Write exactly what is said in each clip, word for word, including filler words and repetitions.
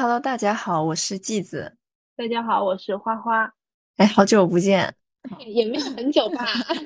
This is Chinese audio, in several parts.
Hello，大家好，我是季子。 大家好，我是花花。 哎，好久不见， 也没有很久吧？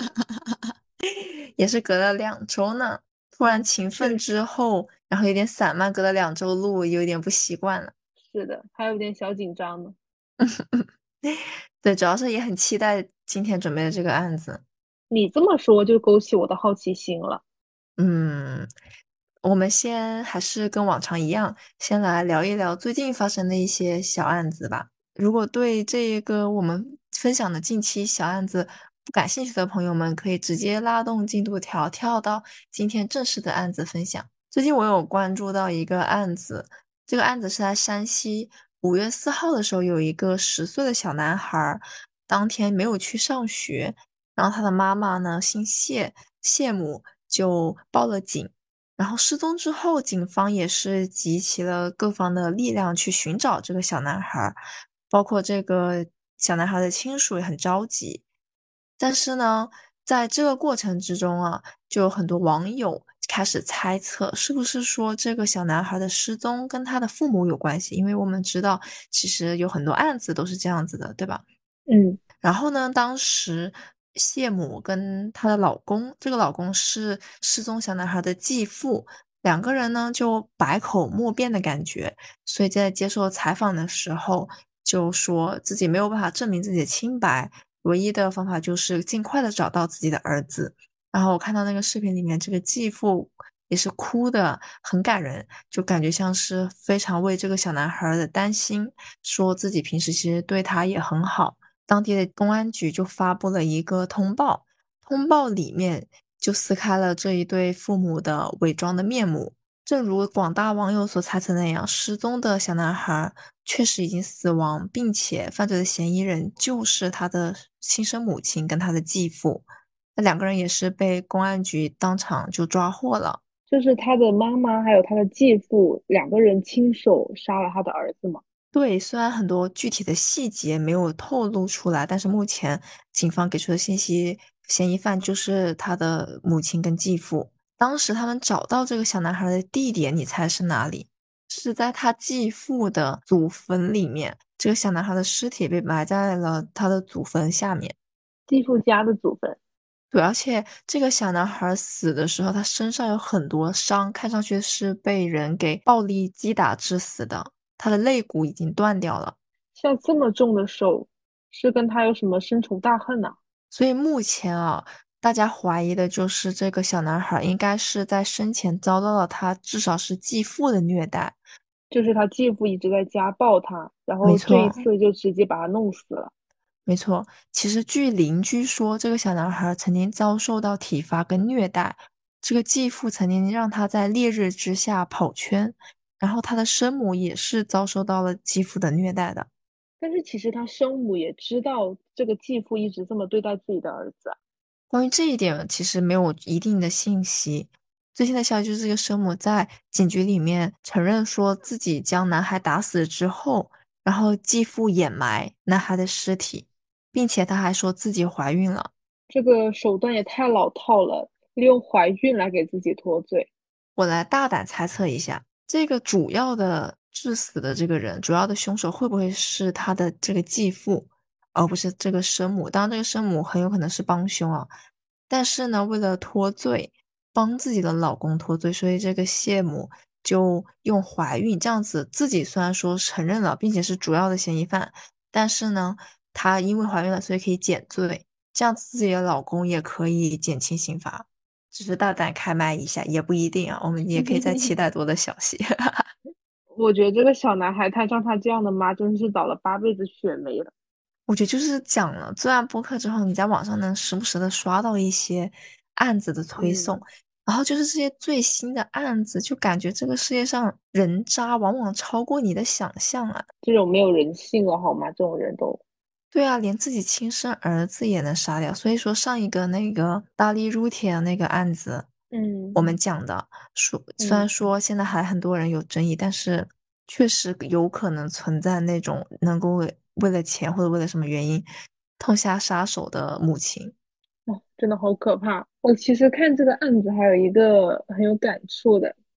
也是隔了两周呢。突然嗯， 勤奋确实之后，然后有点散漫，隔了两周录，有点不习惯了。 是的，还有点小紧张呢。 对，主要是也很期待今天准备的这个案子。 你这么说就勾起我的好奇心了。 嗯，我们先还是跟往常一样，先来聊一聊最近发生的一些小案子吧。如果对这一个我们分享的近期小案子不感兴趣的朋友们，可以直接拉动进度条，跳到今天正式的案子分享。最近我有关注到一个案子，这个案子是在山西五月四号的时候，有一个十岁的小男孩儿，当天没有去上学，然后他的妈妈呢姓谢，谢母就报了警。然后失踪之后，警方也是集齐了各方的力量去寻找这个小男孩儿，包括这个小男孩的亲属也很着急。但是呢，在这个过程之中啊，就有很多网友开始猜测，是不是说这个小男孩的失踪跟他的父母有关系？因为我们知道，其实有很多案子都是这样子的，对吧？ 嗯， 然后呢，当时谢母跟她的老公，这个老公是失踪小男孩的继父，两个人呢就百口莫辩的感觉，所以在接受采访的时候就说自己没有办法证明自己的清白，唯一的方法就是尽快的找到自己的儿子。然后我看到那个视频里面，这个继父也是哭的很感人，就感觉像是非常为这个小男孩的担心，说自己平时其实对他也很好。当地的公安局就发布了一个通报，通报里面就撕开了这一对父母的伪装的面目。正如广大网友所猜测那样，失踪的小男孩确实已经死亡，并且犯罪的嫌疑人就是他的亲生母亲跟他的继父。那两个人也是被公安局当场就抓获了。 就是他的妈妈还有他的继父两个人亲手杀了他的儿子嘛。 对，虽然很多具体的细节没有透露出来，但是目前警方给出的信息，嫌疑犯就是他的母亲跟继父。当时他们找到这个小男孩的地点，你猜是哪里？是在他继父的祖坟里面，这个小男孩的尸体被埋在了他的祖坟下面。 继父家的祖坟。 对，而且这个小男孩死的时候，他身上有很多伤，看上去是被人给暴力击打致死的，他的肋骨已经断掉了。 下这么重的手，是跟他有什么深仇大恨呐、 所以目前啊，大家怀疑的就是这个小男孩应该是在生前遭到了他至少是继父的虐待。 就是他继父一直在家暴他，然后这一没错， 次就直接把他弄死了。 没错。其实据邻居说，这个小男孩曾经遭受到体罚跟虐待，这个继父曾经让他在烈日之下跑圈，然后他的生母也是遭受到了继父的虐待的。 但是其实他生母也知道这个继父一直这么对待自己的儿子啊。 关于这一点，其实没有一定的信息。最新的消息就是，这个生母在警局里面承认说自己将男孩打死之后，然后继父掩埋男孩的尸体，并且她还说自己怀孕了。 这个手段也太老套了，利用怀孕来给自己脱罪。 我来大胆猜测一下，这个主要的致死的这个人，主要的凶手会不会是他的这个继父，而不是这个生母？当然，这个生母很有可能是帮凶啊。但是呢，为了脱罪，帮自己的老公脱罪，所以这个谢母就用怀孕这样子，自己虽然说承认了，并且是主要的嫌疑犯，但是呢，她因为怀孕了，所以可以减罪，这样子自己的老公也可以减轻刑罚。只是大胆开麦一下，也不一定啊，我们也可以再期待多的消息。 我觉得这个小男孩他像他这样的妈，真是倒了八辈子血霉了。 我觉得就是讲了做完播客之后，你在网上能时不时的刷到一些案子的推送， 嗯， 然后就是这些最新的案子，就感觉这个世界上人渣往往超过你的想象啊。 这种没有人性了好吗？这种人都。 对啊，连自己亲生儿子也能杀掉。所以说，上一个那个大力撸铁那个案子， 嗯我们讲的说，虽然嗯， 说现在还很多人有争议，但是确实有可能存在那种能够为为了钱或者为了什么原因痛下杀手的母亲。 哦，真的好可怕。我其实看这个案子还有一个很有感触的，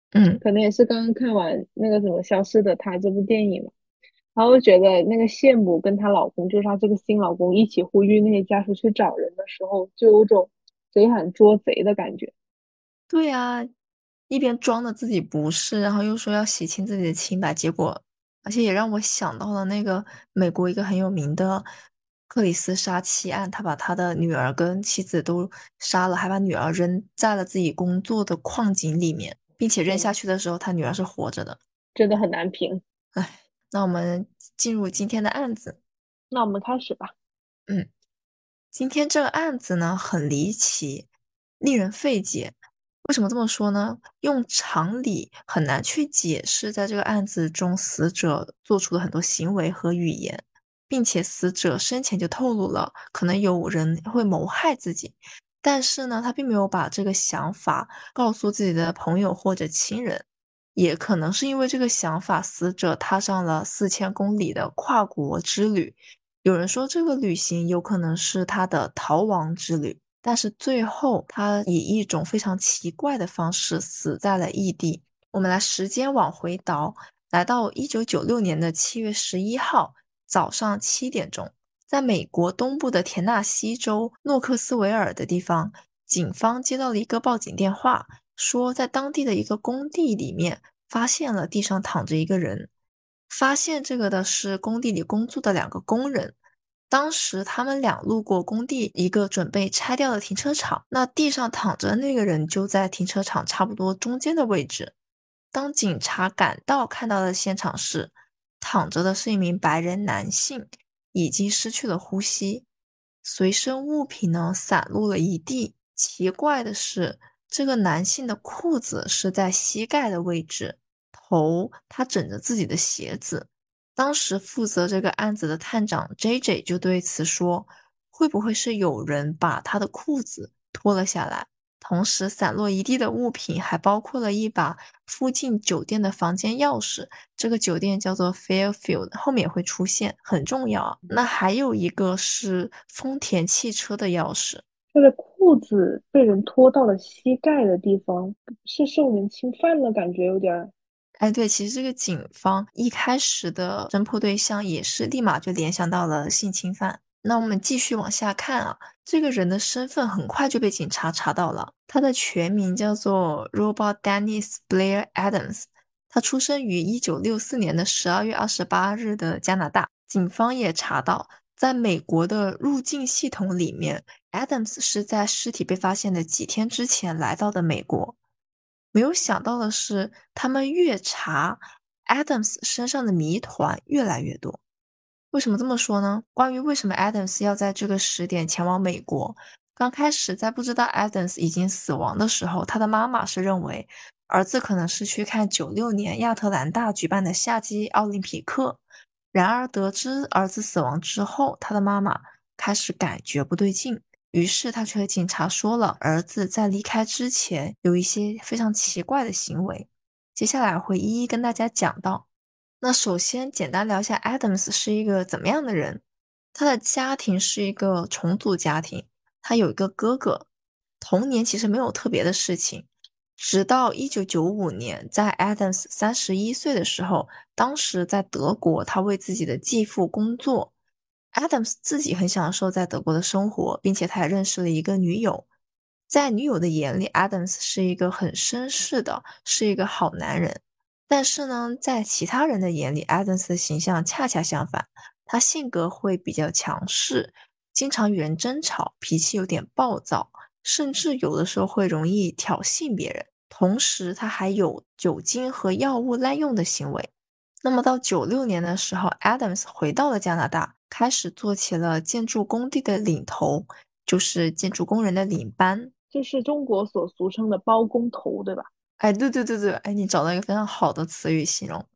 嗯， 可能也是刚刚看完那个什么《消失的她》这部电影嘛，然后觉得那个谢母跟她老公，就是她这个新老公一起呼吁那些家属去找人的时候，就有种贼喊捉贼的感觉。 对啊，一边装的自己不是，然后又说要洗清自己的清白，结果，而且也让我想到了那个美国一个很有名的克里斯杀妻案，他把他的女儿跟妻子都杀了，还把女儿扔在了自己工作的矿井里面，并且扔下天呐， 去的时候，他女儿是活着的。 真的很难评。 唉，那我们进入今天的案子。 那我们开始吧。 嗯。今天这个案子呢，很离奇，令人费解。为什么这么说呢？用常理很难去解释，在这个案子中，死者做出的很多行为和语言，并且死者生前就透露了，可能有人会谋害自己，但是呢，他并没有把这个想法告诉自己的朋友或者亲人。也可能是因为这个想法，死者踏上了四千公里的跨国之旅，有人说这个旅行有可能是他的逃亡之旅，但是最后他以一种非常奇怪的方式死在了异地。我们来时间往回倒，来到一九九六年的七月十一号早上七点钟，在美国东部的田纳西州诺克斯维尔的地方，警方接到了一个报警电话，说在当地的一个工地里面发现了地上躺着一个人。发现这个的是工地里工作的两个工人，当时他们俩路过工地一个准备拆掉的停车场，那地上躺着的那个人就在停车场差不多中间的位置。当警察赶到，看到的现场是躺着的是一名白人男性，已经失去了呼吸，随身物品呢散落了一地。奇怪的是，这个男性的裤子是在膝盖的位置，头他枕着自己的鞋子。当时负责这个案子的探长 J J 就对此说：“会不会是有人把他的裤子脱了下来？”同时，散落一地的物品还包括了一把附近酒店的房间钥匙，这个酒店叫做 Fairfield，后面也会出现，很重要啊。那还有一个是丰田汽车的钥匙。 他的裤子被人拖到了膝盖的地方，是受人侵犯了，感觉有点儿。 哎，对，其实这个警方一开始的侦破对象也是立马就联想到了性侵犯。那我们继续往下看啊，这个人的身份很快就被警察查到了，他的全名叫做 Robert Dennis Blair Adams，他出生于一九六四年的十二月二十八日的加拿大。警方也查到，在美国的入境系统里面，Adams 是在尸体被发现的几天之前来到的美国。没有想到的是，他们越查 Adams 身上的谜团越来越多。为什么这么说呢？关于为什么 Adams 要在这个时点前往美国，刚开始在不知道 Adams 已经死亡的时候，他的妈妈是认为儿子可能是去看九六年亚特兰大举办的夏季奥林匹克。然而得知儿子死亡之后，他的妈妈开始感觉不对劲，于是他却和警察说了儿子在离开之前有一些非常奇怪的行为。接下来会一一跟大家讲到。那首先简单聊一下 Adams 是一个怎么样的人。他的家庭是一个重组家庭，他有一个哥哥。童年其实没有特别的事情，直到一九九五年，在 Adams 三十一岁的时候，当时在德国，他为自己的继父工作。Adams 自己很享受在德国的生活，并且他也认识了一个女友。在女友的眼里，Adams 是一个很绅士的，是一个好男人。但是呢，在其他人的眼里，Adams 的形象恰恰相反，他性格会比较强势，经常与人争吵，脾气有点暴躁，甚至有的时候会容易挑衅别人。同时，他还有酒精和药物滥用的行为。那么到九六年的时候，Adams 回到了加拿大，开始做起了建筑工地的领头，就是建筑工人的领班。 这是中国所俗称的包工头，对吧？ 哎，对对对对，哎，你找到一个非常好的词语形容。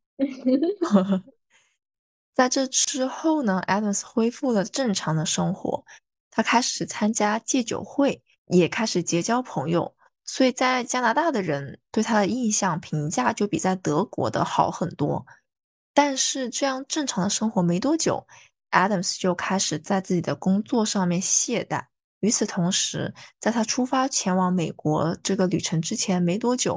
在这之后呢，Adams 恢复了正常的生活，他开始参加戒酒会，也开始结交朋友，所以在加拿大的人对他的印象评价就比在德国的好很多。但是这样正常的生活没多久，Adams 就开始在自己的工作上面懈怠。与此同时，在他出发前往美国这个旅程之前没多久，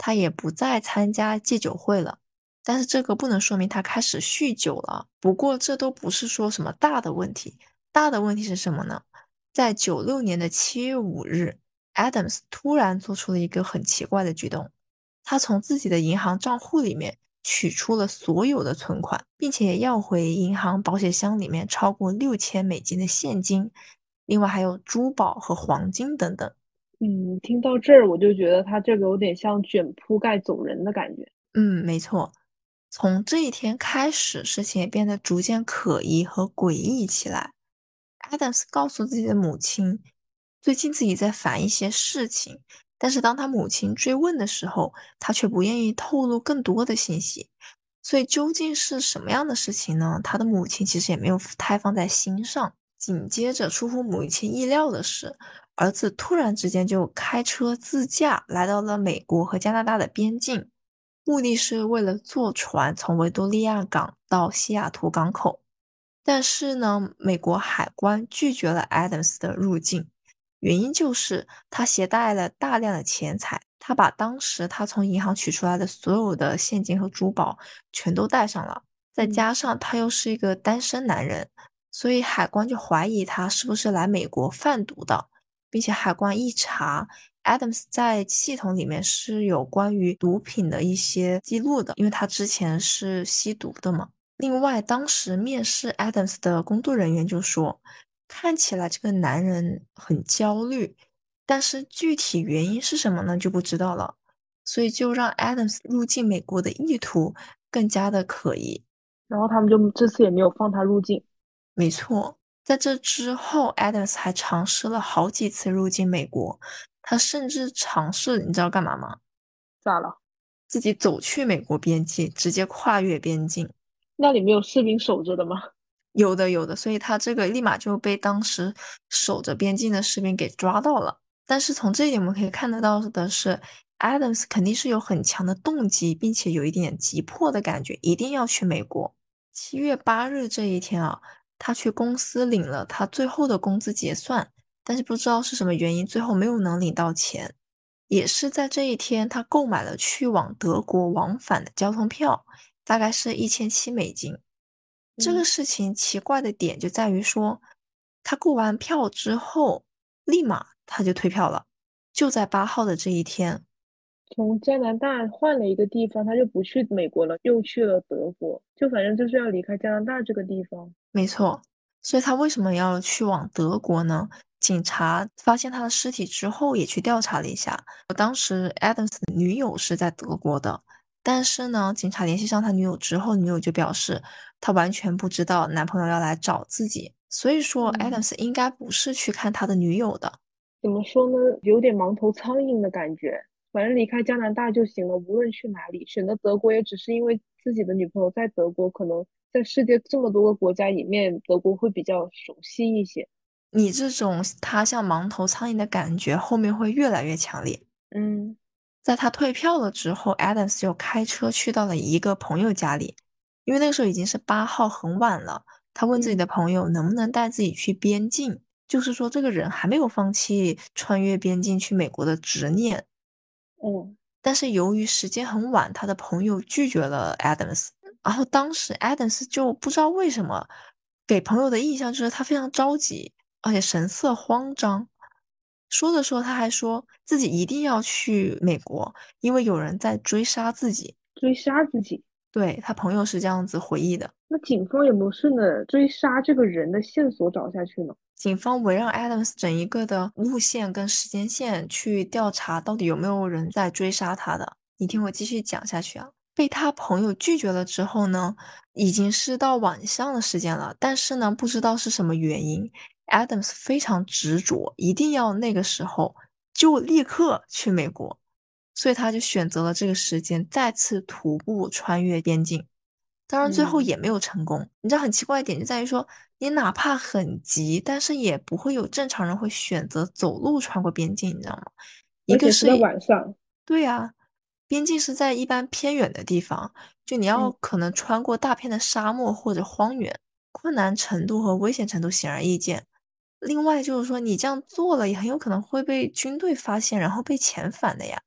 他也不再参加戒酒会了。但是这个不能说明他开始酗酒了。不过这都不是说什么大的问题，大的问题是什么呢？在九六年的七月五日，Adams 突然做出了一个很奇怪的举动，他从自己的银行账户里面取出了所有的存款，并且要回银行保险箱里面超过六千美金的现金，另外还有珠宝和黄金等等。 嗯，听到这儿我就觉得他这个有点像卷铺盖走人的感觉。 嗯，没错。从这一天开始，事情也变得逐渐可疑和诡异起来。Adams 告诉自己的母亲，最近自己在烦一些事情，但是当他母亲追问的时候，他却不愿意透露更多的信息。所以究竟是什么样的事情呢？他的母亲其实也没有太放在心上。紧接着，出乎母亲意料的是，儿子突然之间就开车自驾来到了美国和加拿大的边境，目的是为了坐船从维多利亚港到西雅图港口。但是呢，美国海关拒绝了 Adams 的入境，原因就是他携带了大量的钱财，他把当时他从银行取出来的所有的现金和珠宝全都带上了，再嗯。 加上他又是一个单身男人，所以海关就怀疑他是不是来美国贩毒的，并且海关一查，Adams 在系统里面是有关于毒品的一些记录的，因为他之前是吸毒的嘛。另外，当时面试 Adams 的工作人员就说，看起来这个男人很焦虑，但是具体原因是什么呢，就不知道了。所以就让 Adams 入境美国的意图更加的可疑。 然后他们就这次也没有放他入境。 没错，在这之后，Adams 还尝试了好几次入境美国，他甚至尝试，你知道干嘛吗？ 咋了？ 自己走去美国边境，直接跨越边境。 那里没有士兵守着的吗？ 有的有的，所以他这个立马就被当时守着边境的士兵给抓到了。但是从这一点我们可以看得到的是，Adams 肯定是有很强的动机，并且有一点急迫的感觉，一定要去美国。七月八日这一天啊，他去公司领了他最后的工资结算，但是不知道是什么原因，最后没有能领到钱。也是在这一天，他购买了去往德国往返的交通票，大概是一千七美金。这个嗯。 事情奇怪的点就在于说，他购完票之后，立马他就退票了，就在八号的这一天。 从加拿大换了一个地方，他就不去美国了，又去了德国，就反正就是要离开加拿大这个地方。 没错，所以他为什么要去往德国呢？警察发现他的尸体之后，也去调查了一下。当时 Adams 的女友是在德国的，但是呢，警察联系上他女友之后，女友就表示她完全不知道男朋友要来找自己，所以说嗯， Adams 应该不是去看他的女友的。 怎么说呢？有点盲头苍蝇的感觉。反正离开加拿大就行了，无论去哪里，选择德国也只是因为自己的女朋友在德国，可能在世界这么多个国家里面，德国会比较熟悉一些。 你这种他像盲头苍蝇的感觉，后面会越来越强烈。 嗯在他退票了之后，Adams 就开车去到了一个朋友家里，因为那个时候已经是八号很晚了。他问自己嗯。 的朋友能不能带自己去边境，就是说这个人还没有放弃穿越边境去美国的执念。 哦。 但是由于时间很晚，他的朋友拒绝了 Adams。然后当时 Adams 就不知道为什么给朋友的印象就是他非常着急，而且神色慌张。说的时候他还说自己一定要去美国，因为有人在追杀自己。 追杀自己。 对，他朋友是这样子回忆的。 那警方有没有顺着追杀这个人的线索找下去呢？ 警方围绕 Adams 整一个的路线跟时间线去调查，到底有没有人在追杀他的。你听我继续讲下去啊。被他朋友拒绝了之后呢，已经是到晚上的时间了，但是呢，不知道是什么原因，Adams 非常执着，一定要那个时候就立刻去美国，所以他就选择了这个时间，再次徒步穿越边境。当然最后嗯， 也没有成功。你知道很奇怪的点就在于说，你哪怕很急，但是也不会有正常人会选择走路穿过边境，你知道吗？一而且是在个是， 晚上。 对啊，边境是在一般偏远的地方，就你要嗯。 可能穿过大片的沙漠或者荒原，困难程度和危险程度显而易见。另外就是说，你这样做了也很有可能会被军队发现，然后被遣返的呀。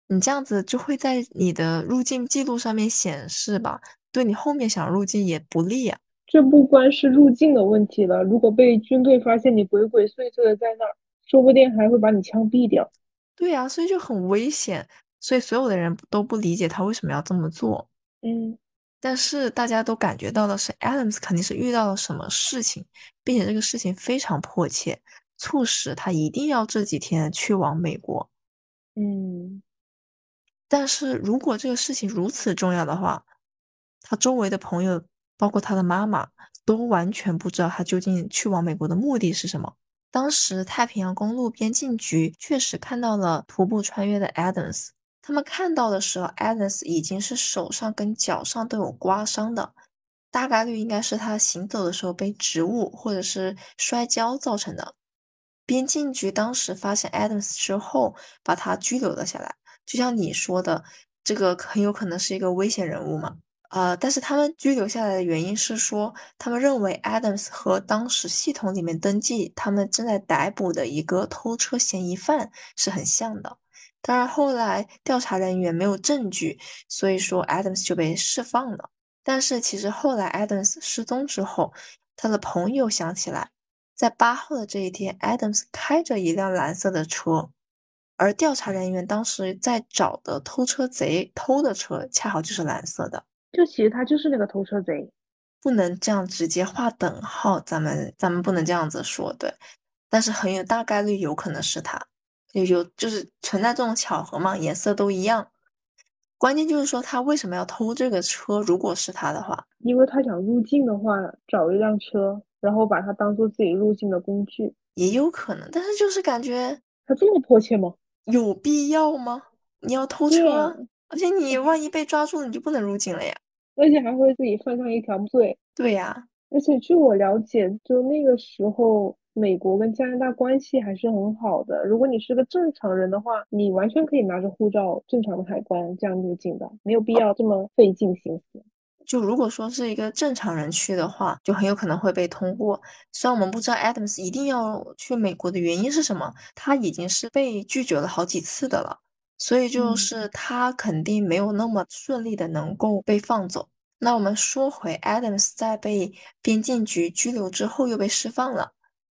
你这样子就会在你的入境记录上面显示吧，对你后面想入境也不利啊。 这不光是入境的问题了，如果被军队发现你鬼鬼祟祟的在那儿，说不定还会把你枪毙掉。 对呀，所以就很危险，所以所有的人都不理解他为什么要这么做。 嗯但是大家都感觉到的是，Adams 肯定是遇到了什么事情，并且这个事情非常迫切，促使他一定要这几天去往美国。 嗯但是如果这个事情如此重要的话，他周围的朋友，包括他的妈妈，都完全不知道他究竟去往美国的目的是什么。当时太平洋公路边境局确实看到了徒步穿越的 Adams，他们看到的时候，Adams 已经是手上跟脚上都有刮伤的，大概率应该是他行走的时候被植物或者是摔跤造成的。边境局当时发现 Adams 之后，把他拘留了下来。就像你说的，这个很有可能是一个危险人物嘛。呃，但是他们拘留下来的原因是说，他们认为 Adams 和当时系统里面登记他们正在逮捕的一个偷车嫌疑犯是很像的。当然，后来调查人员没有证据，所以说 Adams 就被释放了。但是其实后来 Adams 失踪之后，他的朋友想起来，在八号的这一天，Adams 开着一辆蓝色的车，而调查人员当时在找的偷车贼偷的车恰好就是蓝色的。 就其实他就是那个偷车贼。 不能这样直接画等号，咱们咱们不能这样子说，对。但是很有大概率有可能是他，有有就是存在这种巧合嘛，颜色都一样。关键就是说他为什么要偷这个车？如果是他的话， 因为他想入境的话，找一辆车，然后把它当做自己入境的工具。 也有可能，但是就是感觉他这么迫切吗？ 有必要吗？你要偷对啊， 车，而且你万一被抓住了，你就不能入境了呀。 而且还会自己犯上一条罪。 对呀， 而且据我了解，就那个时候，美国跟加拿大关系还是很好的。如果你是个正常人的话，你完全可以拿着护照正常的海关这样入境的，没有必要这么费尽心思。 就如果说是一个正常人去的话，就很有可能会被通过。虽然我们不知道 Adams 一定要去美国的原因是什么，他已经是被拒绝了好几次的了，所以就嗯是他肯定没有那么顺利的能够被放走。那我们说回 Adams 在被边境局拘留之后又被释放了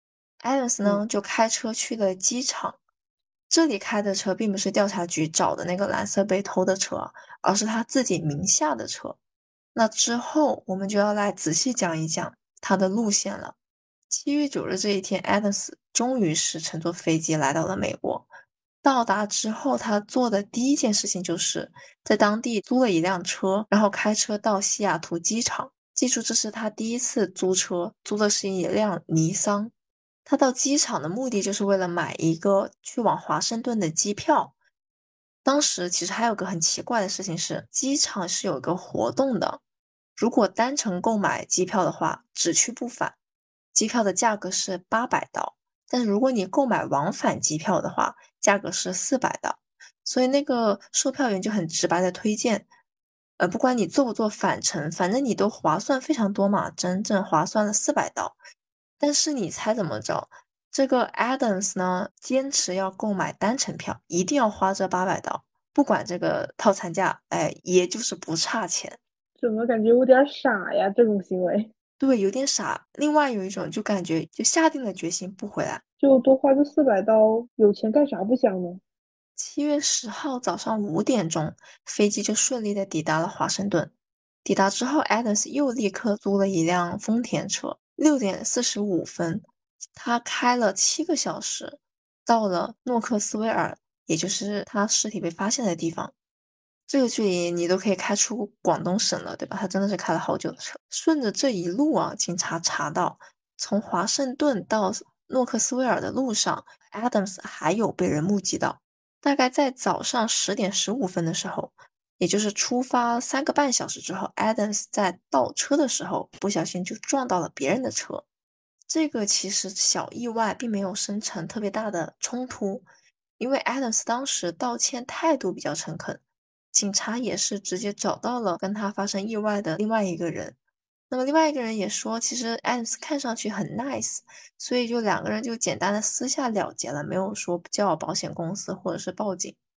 ，Adams 嗯呢就开车去了机场。这里开的车并不是调查局找的那个蓝色被偷的车，而是他自己名下的车。那之后，我们就要来仔细讲一讲他的路线了。七月九日这一天，Adams 终于是乘坐飞机来到了美国。到达之后，他做的第一件事情就是在当地租了一辆车，然后开车到西雅图机场。记住，这是他第一次租车，租的是一辆尼桑。他到机场的目的就是为了买一个去往华盛顿的机票。当时其实还有个很奇怪的事情是，机场是有一个活动的，如果单程购买机票的话，只去不返，机票的价格是八百刀。但是如果你购买往返机票的话，价格是四百刀。所以那个售票员就很直白的推荐，呃，不管你做不做返程，反正你都划算非常多嘛，整整划算了四百刀。但是你猜怎么着？这个 Adams 呢，坚持要购买单程票，一定要花这八百刀，不管这个套餐价，哎，也就是不差钱。 怎么感觉有点傻呀？这种行为对，有点傻。另外有一种就感觉就下定了决心不回来。 就多花这四百刀，有钱干啥不香呢？ 七月十号早上五点钟，飞机就顺利的抵达了华盛顿。抵达之后，Adams 又立刻租了一辆丰田车。六点四十五分，他开了七个小时，到了诺克斯威尔，也就是他尸体被发现的地方。这个距离你都可以开出广东省了，对吧？他真的是开了好久的车。顺着这一路啊，警察查到，从华盛顿到诺克斯威尔的路上，Adams 还有被人目击到。大概在早上十点十五分的时候，也就是出发三个半小时之后，Adams 在倒车的时候不小心就撞到了别人的车。这个其实小意外，并没有生成特别大的冲突，因为 Adams 当时道歉态度比较诚恳，警察也是直接找到了跟他发生意外的另外一个人。那么另外一个人也说，其实 Adams 看上去很 nice，所以就两个人就简单的私下了结了，没有说叫保险公司或者是报警。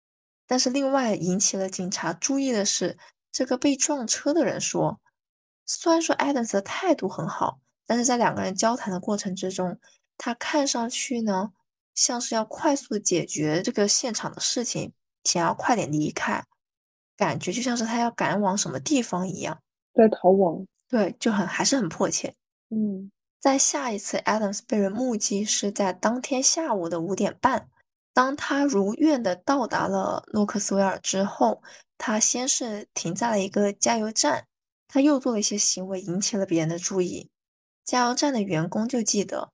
但是另外引起了警察注意的是，这个被撞车的人说，虽然说 Adams 的态度很好，但是在两个人交谈的过程之中，他看上去呢，像是要快速的解决这个现场的事情，想要快点离开，感觉就像是他要赶往什么地方一样。 在逃亡。 对，就很还是很迫切。 嗯。 在下一次 Adams 被人目击是在当天下午的五点半，当他如愿的到达了诺克斯维尔之后，他先是停在了一个加油站，他又做了一些行为引起了别人的注意。加油站的员工就记得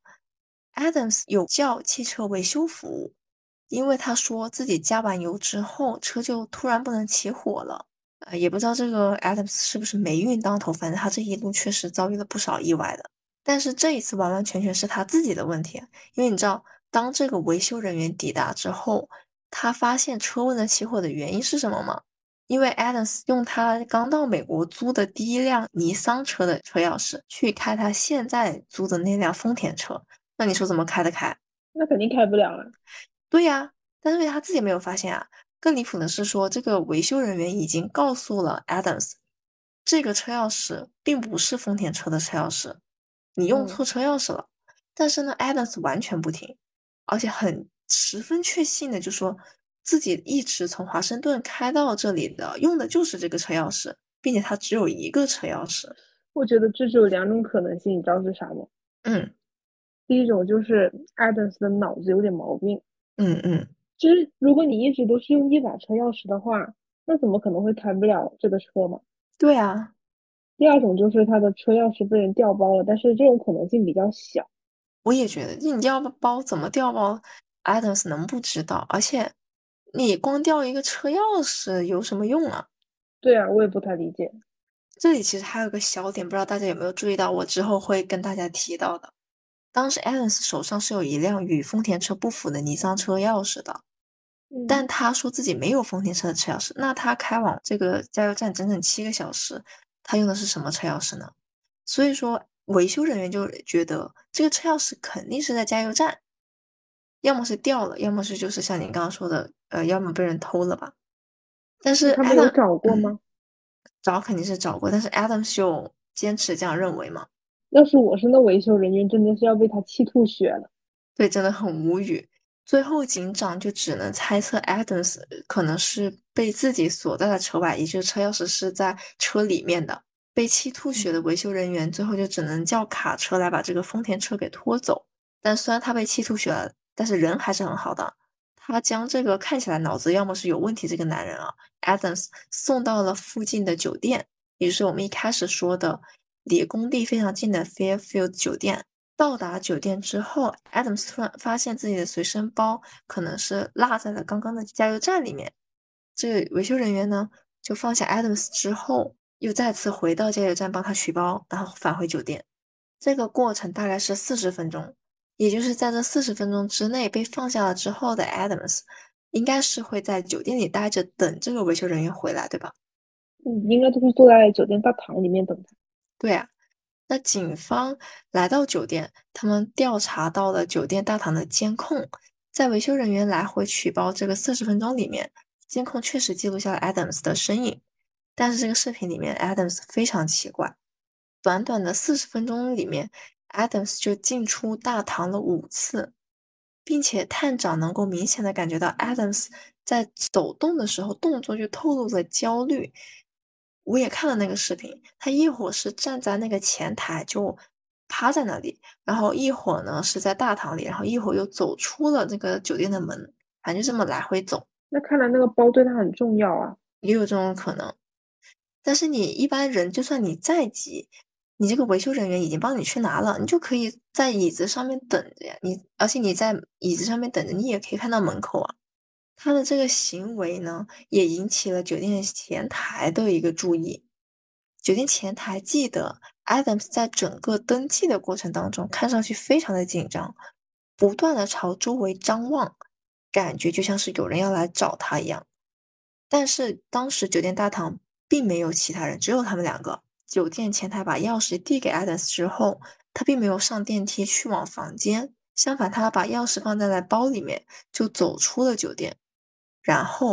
Adams 有叫汽车维修服务，因为他说自己加完油之后，车就突然不能起火了。呃，也不知道这个 Adams 是不是霉运当头，反正他这一路确实遭遇了不少意外的。但是这一次完完全全是他自己的问题，因为你知道，当这个维修人员抵达之后，他发现车未能起火的原因是什么吗？因为 Adams 用他刚到美国租的第一辆尼桑车的车钥匙去开他现在租的那辆丰田车，那你说怎么开得开？ 那肯定开不了了。 对呀，但是他自己没有发现啊。更离谱的是说，这个维修人员已经告诉了 Adams，这个车钥匙并不是丰田车的车钥匙，你用嗯。 错车钥匙了。但是呢，Adams 完全不听，而且很十分确信的就说自己一直从华盛顿开到这里的，用的就是这个车钥匙，并且他只有一个车钥匙。 我觉得这只有两种可能性，你知道是啥吗？ 嗯第一种就是 Adams 的脑子有点毛病， 嗯嗯， 就是如果你一直都是用一把车钥匙的话，那怎么可能会开不了这个车嘛？ 对啊， 第二种就是他的车钥匙被人调包了，但是这种可能性比较小。 我也觉得，你调包怎么调包，Adams 能不知道？而且你光调一个车钥匙有什么用啊？ 对啊，我也不太理解。 这里其实还有个小点，不知道大家有没有注意到，我之后会跟大家提到的。当时 Adams 手上是有一辆与丰田车不符的尼桑车钥匙的，但嗯。 他说自己没有丰田车的车钥匙。那他开往这个加油站整整七个小时，他用的是什么车钥匙呢？所以说，维修人员就觉得这个车钥匙肯定是在加油站，要么是掉了，要么是就是像你刚刚说的，呃，要么被人偷了吧。但是那他们有 Adam，嗯， 找过吗？ 找肯定是找过，但是 Adam 就坚持这样认为嘛。 要是我是那维修人员，真的是要被他气吐血了。 对，真的很无语。最后警长就只能猜测 Adams 可能是被自己锁在了车外，也就是车钥匙是在车里面的。被气吐血的嗯。 维修人员最后就只能叫卡车来把这个丰田车给拖走。但虽然他被气吐血了，但是人还是很好的。他将这个看起来脑子要么是有问题这个男人啊，Adams 送到了附近的酒店，也就是我们一开始说的离工地非常近的 Fairfield 酒店。到达酒店之后，Adams 突然发现自己的随身包可能是落在了刚刚的加油站里面。这个维修人员呢，就放下 Adams 之后，又再次回到加油站帮他取包，然后返回酒店。这个过程大概是四十分钟，也就是在这四十分钟之内被放下了之后的 Adams，应该是会在酒店里待着等这个维修人员回来，对吧？ 嗯，应该都是坐在酒店大堂里面等他。 对啊，那警方来到酒店，他们调查到了酒店大堂的监控，在维修人员来回取包这个四十分钟里面，监控确实记录下了 Adams 的身影。但是这个视频里面，Adams 非常奇怪，短短的四十分钟里面，Adams 就进出大堂了五次，并且探长能够明显的感觉到 Adams 在走动的时候动作就透露了焦虑。我也看了那个视频，他一会儿是站在那个前台就趴在那里，然后一会儿呢是在大堂里，然后一会儿又走出了这个酒店的门，反正就这么来回走， 那看来那个包对他很重要啊。 也有这种可能。但是你一般人，就算你再急，你这个维修人员已经帮你去拿了，你就可以在椅子上面等着呀。你而且你在椅子上面等着，你也可以看到门口啊。他的这个行为呢，也引起了酒店前台的一个注意。酒店前台记得，Adams 在整个登记的过程当中，看上去非常的紧张，不断的朝周围张望，感觉就像是有人要来找他一样。但是当时酒店大堂并没有其他人，只有他们两个。酒店前台把钥匙递给 Adams 之后，他并没有上电梯去往房间，相反，他把钥匙放在了包里面，就走出了酒店。然后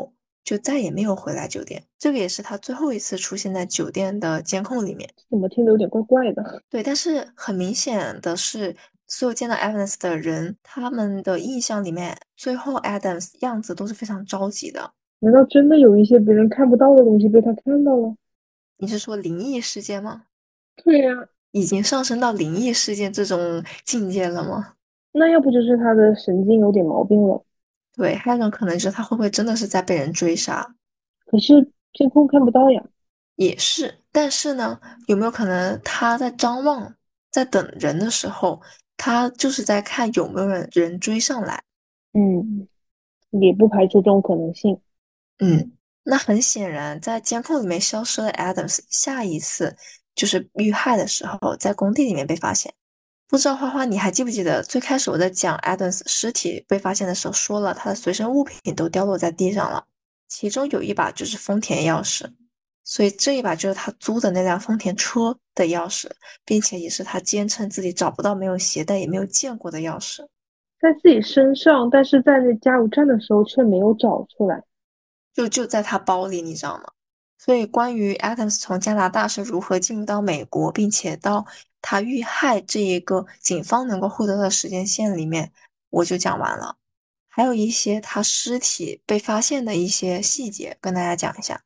就再也没有回来酒店。这个也是他最后一次出现在酒店的监控里面。 怎么听着有点怪怪的？ 对，但是很明显的是，所有见到 Adams 的人，他们的印象里面，最后 Adams 样子都是非常着急的。 难道真的有一些别人看不到的东西被他看到了？ 你是说灵异事件吗？ 对呀， 已经上升到灵异事件这种境界了吗？ 那要不就是他的神经有点毛病了。 对，还有一种可能就是他会不会真的是在被人追杀？ 可是监控看不到呀。 也是，但是呢，有没有可能他在张望，在等人的时候，他就是在看有没有人人追上来？ 嗯，也不排除这种可能性。 嗯，那很显然，在监控里面消失的 Adams，下一次就是遇害的时候，在工地里面被发现。不知道花花，你还记不记得最开始我在讲 Adams 尸体被发现的时候，说了他的随身物品都掉落在地上了，其中有一把就是丰田钥匙，所以这一把就是他租的那辆丰田车的钥匙，并且也是他坚称自己找不到、没有携带、也没有见过的钥匙。 在自己身上，但是在那加油站的时候却没有找出来。 就就在他包里，你知道吗？所以关于 Adams 从加拿大是如何进入到美国，并且到他遇害这一个警方能够获得的时间线里面，我就讲完了。还有一些他尸体被发现的一些细节，跟大家讲一下。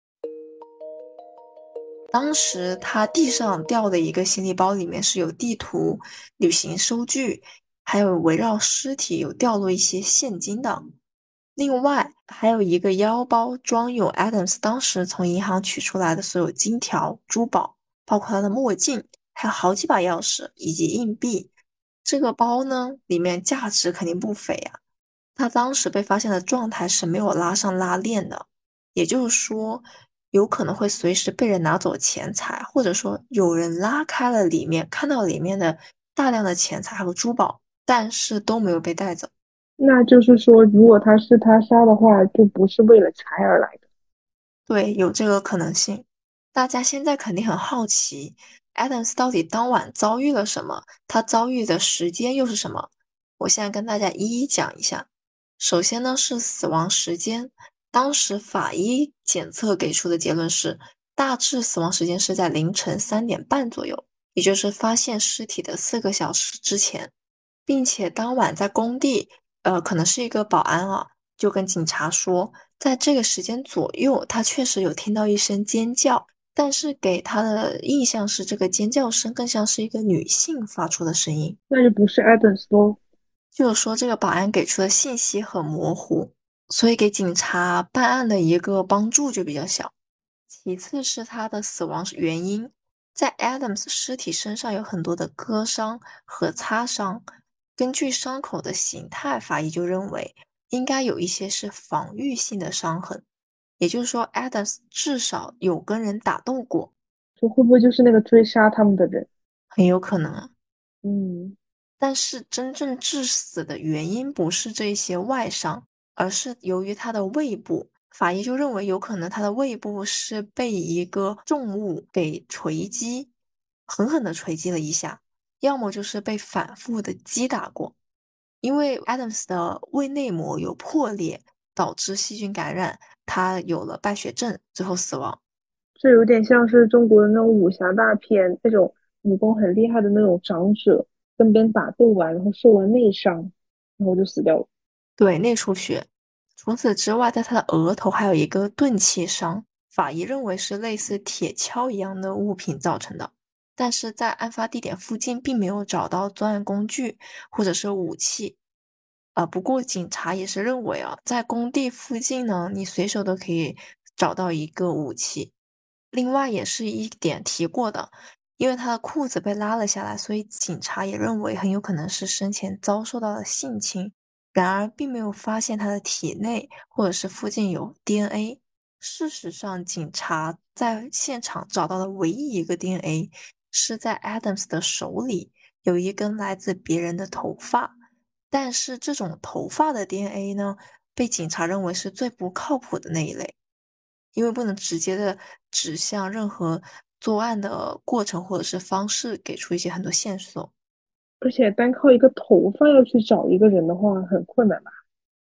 当时他地上掉的一个行李包里面是有地图、旅行收据，还有围绕尸体有掉落一些现金的。另外还有一个腰包装有 Adams 当时从银行取出来的所有金条、珠宝，包括他的墨镜，还有好几把钥匙以及硬币。这个包呢，里面价值肯定不菲啊。他当时被发现的状态是没有拉上拉链的，也就是说，有可能会随时被人拿走钱财，或者说有人拉开了里面，看到里面的大量的钱财还有珠宝，但是都没有被带走。 那就是说，如果他是他杀的话，就不是为了财而来的。 对，有这个可能性。大家现在肯定很好奇，Adams 到底当晚遭遇了什么？他遭遇的时间又是什么？我现在跟大家一一讲一下。首先呢是死亡时间，当时法医检测给出的结论是，大致死亡时间是在凌晨三点半左右，也就是发现尸体的四个小时之前，并且当晚在工地，呃，可能是一个保安啊。就跟警察说，在这个时间左右，他确实有听到一声尖叫，但是给他的印象是这个尖叫声更像是一个女性发出的声音， 那就不是 Adams 咯。 就是说这个保安给出的信息很模糊，所以给警察办案的一个帮助就比较小。其次是他的死亡原因，在 Adams 尸体身上有很多的割伤和擦伤，根据伤口的形态，法医就认为应该有一些是防御性的伤痕，也就是说，Adams 至少有跟人打斗过， 说会不会就是那个追杀他们的人？ 很有可能啊。 嗯， 但是真正致死的原因不是这些外伤，而是由于他的胃部。法医就认为有可能他的胃部是被一个重物给锤击，狠狠地锤击了一下，要么就是被反复的击打过。因为 Adams 的胃内膜有破裂，导致细菌感染，他有了败血症，最后死亡。 这有点像是中国的那种武侠大片，那种武功很厉害的那种长者，跟别人打斗完，然后受完内伤，然后就死掉了。 对，内出血。除此之外，在他的额头还有一个钝器伤，法医认为是类似铁锹一样的物品造成的，但是在案发地点附近并没有找到作案工具或者是武器。啊、不过警察也是认为啊，在工地附近呢，你随手都可以找到一个武器。另外也是一点提过的，因为他的裤子被拉了下来，所以警察也认为很有可能是生前遭受到了性侵。然而，并没有发现他的体内或者是附近有 D N A。事实上，警察在现场找到的唯一一个 D N A 是在 Adams 的手里有一根来自别人的头发，但是这种头发的 D N A 呢，被警察认为是最不靠谱的那一类，因为不能直接的指向任何作案的过程或者是方式，给出一些很多线索。 而且单靠一个头发要去找一个人的话，很困难吧？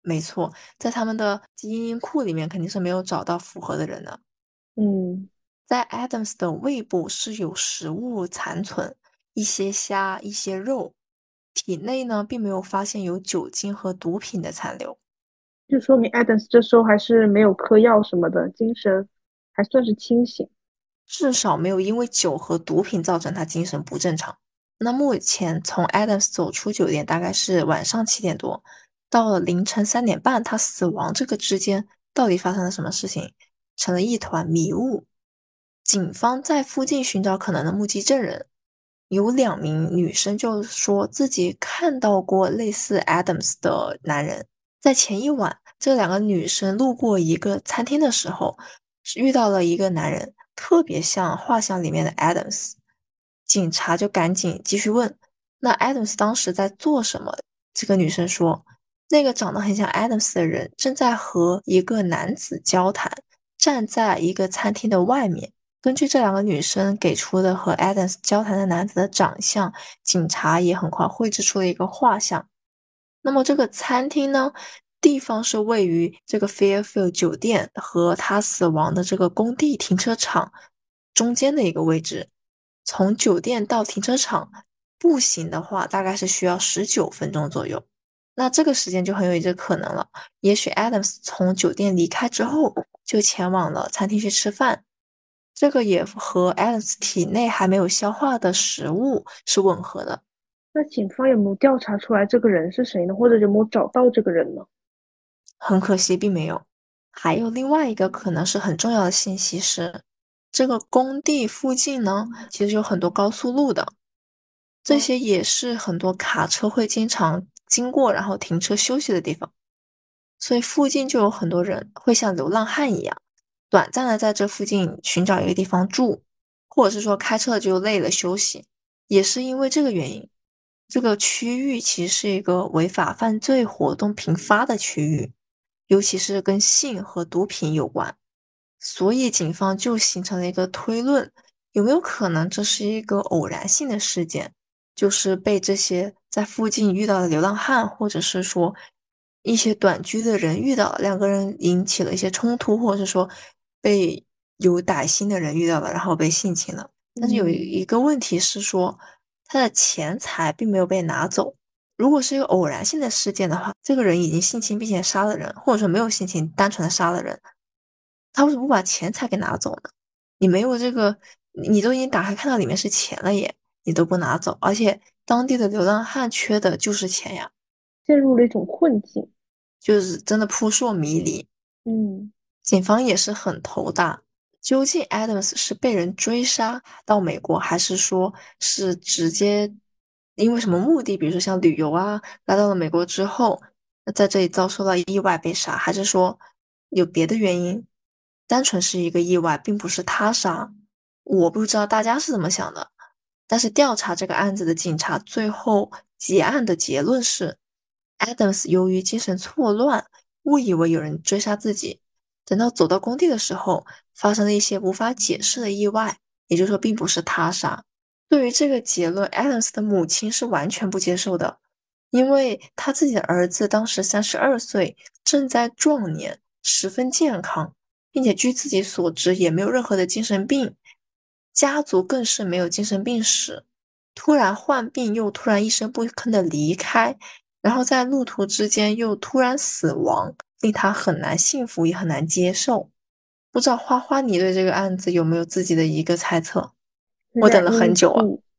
没错，在他们的基因库里面肯定是没有找到符合的人的。 嗯， 在 Adams 的胃部是有食物残存，一些虾，一些肉，体内呢并没有发现有酒精和毒品的残留。 就说明 Adams 这时候还是没有嗑药什么的，精神还算是清醒。 至少没有因为酒和毒品造成他精神不正常。那目前从 Adams 走出酒店大概是晚上七点多，到了凌晨三点半，他死亡这个之间到底发生了什么事情，成了一团迷雾。警方在附近寻找可能的目击证人，有两名女生就说自己看到过类似 Adams 的男人。在前一晚，这两个女生路过一个餐厅的时候，是遇到了一个男人，特别像画像里面的 Adams。警察就赶紧继续问，那 Adams 当时在做什么？这个女生说，那个长得很像 Adams 的人正在和一个男子交谈，站在一个餐厅的外面。根据这两个女生给出的和 Adams 交谈的男子的长相，警察也很快绘制出了一个画像。那么这个餐厅呢，地方是位于这个 Fairfield 酒店和他死亡的这个工地停车场中间的一个位置。从酒店到停车场步行的话，大概是需要十九分钟左右。那这个时间就很有一个可能了，也许 Adams 从酒店离开之后，就前往了餐厅去吃饭。这个也和 Adams 体内还没有消化的食物是吻合的。 那警方有没有调查出来这个人是谁呢？或者有没有找到这个人呢？ 很可惜，并没有。还有另外一个可能是很重要的信息是，这个工地附近呢，其实有很多高速路的，这哦， 些也是很多卡车会经常经过，然后停车休息的地方。所以附近就有很多人会像流浪汉一样，短暂的在这附近寻找一个地方住，或者是说开车就累了休息。也是因为这个原因，这个区域其实是一个违法犯罪活动频发的区域，尤其是跟性和毒品有关。所以警方就形成了一个推论，有没有可能这是一个偶然性的事件？就是被这些在附近遇到的流浪汉，或者是说一些短居的人遇到了，两个人引起了一些冲突，或者是说被有歹心的人遇到了，然后被性侵了。但是有嗯， 一个问题是说，他的钱财并没有被拿走。如果是一个偶然性的事件的话，这个人已经性侵并且杀了人，或者说没有性侵，单纯的杀了人，他为什么不把钱财给拿走呢？你没有这个，你你都已经打开看到里面是钱了耶，你都不拿走，而且当地的流浪汉缺的就是钱呀， 陷入了一种困境。 就是真的扑朔迷离。 嗯， 警方也是很头大，究竟 Adams 是被人追杀到美国，还是说是直接因为什么目的，比如说像旅游啊，来到了美国之后，那在这里遭受到意外被杀，还是说有别的原因，单纯是一个意外，并不是他杀？我不知道大家是怎么想的，但是调查这个案子的警察最后结案的结论是，Adams 由于精神错乱。误以为有人追杀自己，等到走到工地的时候，发生了一些无法解释的意外，也就是说，并不是他杀。对于这个结论，Adams 的母亲是完全不接受的，因为他自己的儿子当时三十二岁，正在壮年，十分健康，并且据自己所知也没有任何的精神病，家族更是没有精神病史。突然患病，又突然一声不吭的离开，然后在路途之间又突然死亡，令他很难信服，也很难接受。不知道花花，你对这个案子有没有自己的一个猜测？我等 Let 了 me 很久啊。 see.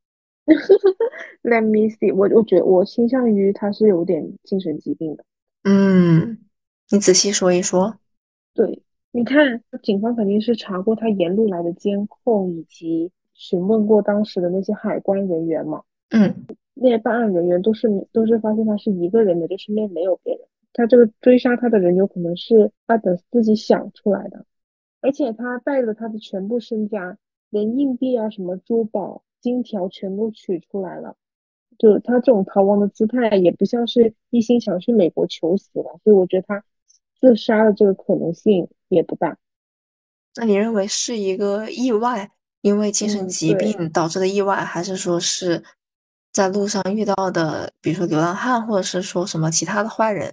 Let me see. 我我觉得我倾向于他是有点精神疾病的。 嗯，你仔细说一说。 对，你看，警方肯定是查过他沿路来的监控，以及询问过当时的那些海关人员嘛。 嗯， 那些办案人员都是都是发现他是一个人的，就身边没有别人。他这个追杀他的人有可能是阿德自己想出来的，而且他带了他的全部身家，连硬币啊、什么珠宝、金条全都取出来了。就他这种逃亡的姿态，也不像是一心想去美国求死了，所以我觉得他自杀的这个可能性也不大。 那你认为是一个意外，因为精神嗯， 疾对， 病导致的意外，还是说是在路上遇到的，比如说流浪汉，或者是说什么其他的坏人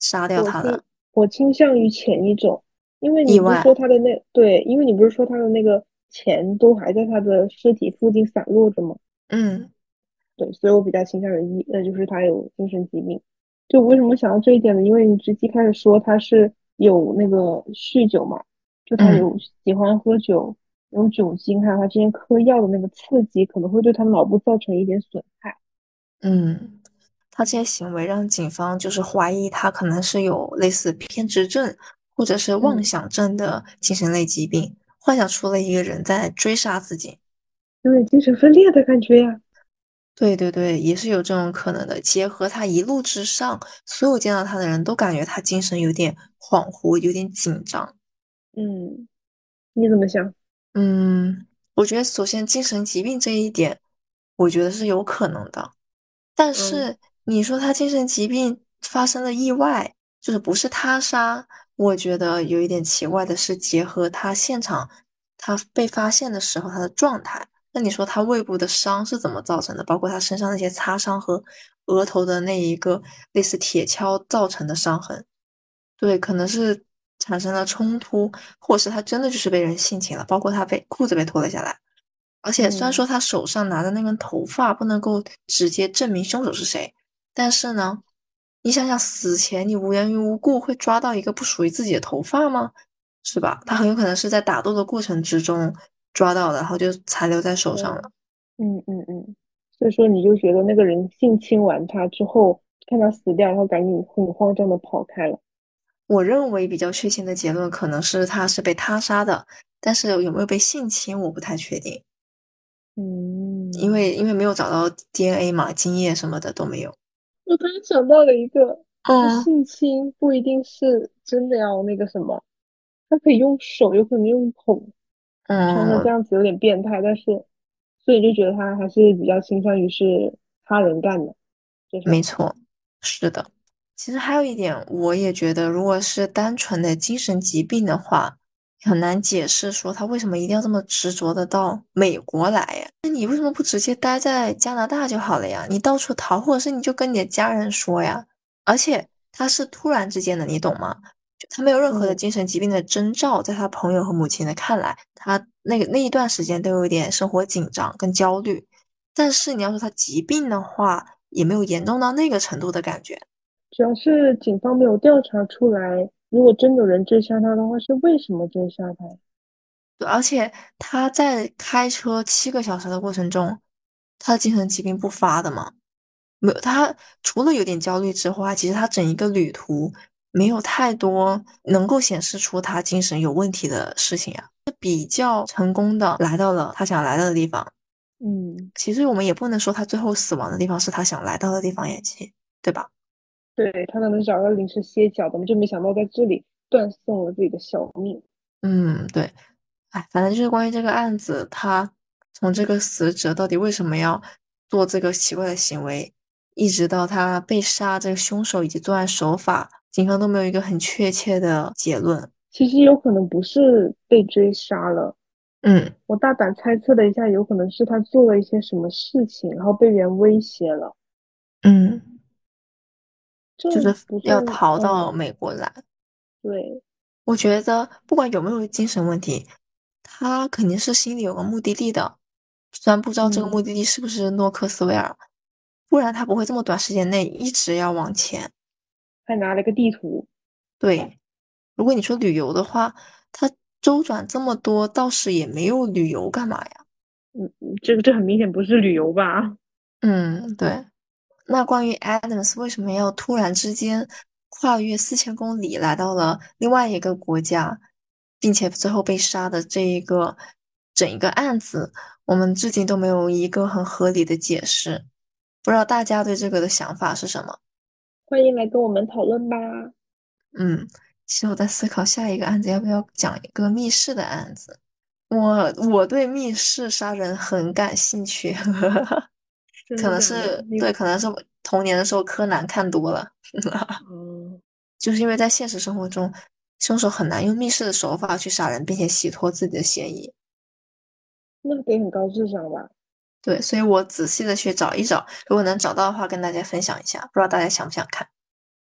杀掉我倾他的我倾向于前一种，因为你不是意外。 说他的那对，因为你不是说他的那个钱都还在他的尸体附近散落着吗？ 嗯对，所以我比较倾向于一，那就是他有精神疾病。就我为什么想到这一点呢？因为你直接开始说他是有那个酗酒嘛，就他嗯有喜欢喝酒，有酒精，还有他之前嗑药的那个刺激，可能会对他脑部造成一点损害。 嗯，他这些行为让警方就是怀疑他可能是有类似偏执症或者是妄嗯， 想症的精神类疾病，幻想出了一个人在追杀自己。 有点精神分裂的感觉呀。 对对对，也是有这种可能的。结合他一路之上，所有见到他的人都感觉他精神有点恍惚，有点紧张。 嗯，你怎么想？ 嗯，我觉得首先精神疾病这一点，我觉得是有可能的。但嗯是你说他精神疾病发生了意外，就是不是他杀，我觉得有一点奇怪的是，结合他现场他被发现的时候他的状态，那你说他胃部的伤是怎么造成的？包括他身上那些擦伤和额头的那一个类似铁锹造成的伤痕，对，可能是产生了冲突，或者是他真的就是被人性侵了，包括他被裤子被脱了下来。而且虽然嗯说他手上拿的那根头发不能够直接证明凶手是谁，但是呢，你想想死前你无缘无故会抓到一个不属于自己的头发吗？是吧？他很有可能是在打斗的过程之中抓到的，然后就残留在手上对， 了。 嗯嗯嗯，所以说你就觉得那个人性侵完他之后，看他死掉，然后赶紧很慌张的跑开了。 我认为比较确切的结论可能是他是被他杀的，但是有没有被性侵我不太确定，因嗯， 为因为没有找到 D N A 嘛，精液什么的都没有。 我突然想到了一个，就嗯性侵不一定是真的要那个什么，他可以用手，有可能用捅。虽然说这嗯， 样子有点变态，但是所以就觉得他还是比较倾向于是他人干的这事儿。 没错，是的。其实还有一点，我也觉得，如果是单纯的精神疾病的话，很难解释说他为什么一定要这么执着的到美国来呀？那你为什么不直接待在加拿大就好了呀？你到处逃，或者是你就跟你的家人说呀？而且他是突然之间的，你懂吗？就他没有任何的嗯， 精神疾病的征兆，在他朋友和母亲的看来，他那个那一段时间都有一点生活紧张跟焦虑。但是你要说他疾病的话，也没有严重到那个程度的感觉。 主要是警方没有调查出来，如果真有人追杀他的话，是为什么追杀他？ 对，而且他在开车七个小时的过程中，他的精神疾病不发的吗？没有，他除了有点焦虑之外，其实他整一个旅途没有太多能够显示出他精神有问题的事情呀，比较成功的来到了他想来到的地方。 嗯， 其实我们也不能说他最后死亡的地方是他想来到的地方也其对吧？ 对，他可能找个临时歇脚的，就没想到在这里断送了自己的小命。 嗯，对。哎，反正就是关于这个案子，他从这个死者到底为什么要做这个奇怪的行为，一直到他被杀，这个凶手以及作案手法，警方都没有一个很确切的结论。 其实有可能不是被追杀了， 嗯我大胆猜测了一下，有可能是他做了一些什么事情，然后被人威胁了。 嗯， 这就是不算， 要逃到嗯， 美国来。 对， 我觉得不管有没有精神问题，他肯定是心里有个目的地的，虽然不知道这个目嗯， 的地是不是诺克斯维尔，不然他不会这么短时间内一直要往前。 还拿了个地图。 对。如果你说旅游的话，他周转这么多，倒是也没有旅游干嘛呀？ 嗯，嗯这个这很明显不是旅游吧？ 嗯，对。那关于 Adams 为什么要突然之间跨越四千公里来到了另外一个国家，并且最后被杀的这一个整一个案子，我们至今都没有一个很合理的解释。不知道大家对这个的想法是什么？ 欢迎来跟我们讨论吧。 嗯，其实我在思考下一个案子要不要讲一个密室的案子。我我对密室杀人很感兴趣，可能真的假的？你， 是对，可能是我童年的时候柯南看多了， 嗯， 就是因为在现实生活中，凶手很难用密室的手法去杀人，并且洗脱自己的嫌疑。 那得很高智商吧？ 对，所以我仔细的去找一找，如果能找到的话，跟大家分享一下，不知道大家想不想看？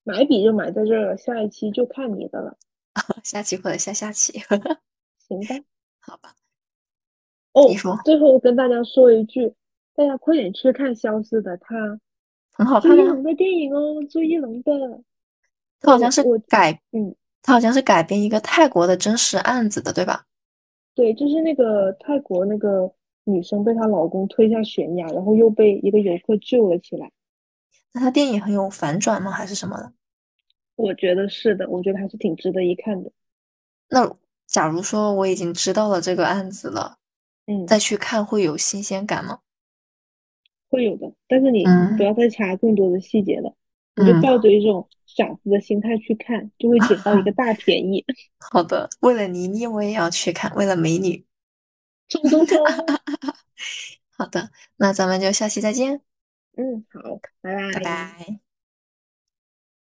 买笔就买在这儿了，下一期就看你的了， 下期或者下下期。 行吧？ 好吧，你哦， 说最后跟大家说一句，大家快点去看《消失的她》， 很好看吗？ 朱一龙的电影哦，朱一龙的。 它好像是我我改， 嗯， 它好像是改编一个泰国的真实案子的，对吧？ 对，就是那个泰国那个女生被她老公推下悬崖，然后又被一个游客救了起来。 那它电影很有反转吗？还是什么的？ 我觉得是的，我觉得还是挺值得一看的。 那假如说我已经知道了这个案子了， 嗯， 再去看会有新鲜感吗？ 会有的，但是你不嗯要再查更多的细节了，你就嗯， 抱着一种傻子的心态去看，就会捡到一个大便宜。 好的，为了倪妮我也要去看，为了美女。 冲冲冲！ 好的，那咱们就下期再见， 嗯，好，拜拜拜。 拜。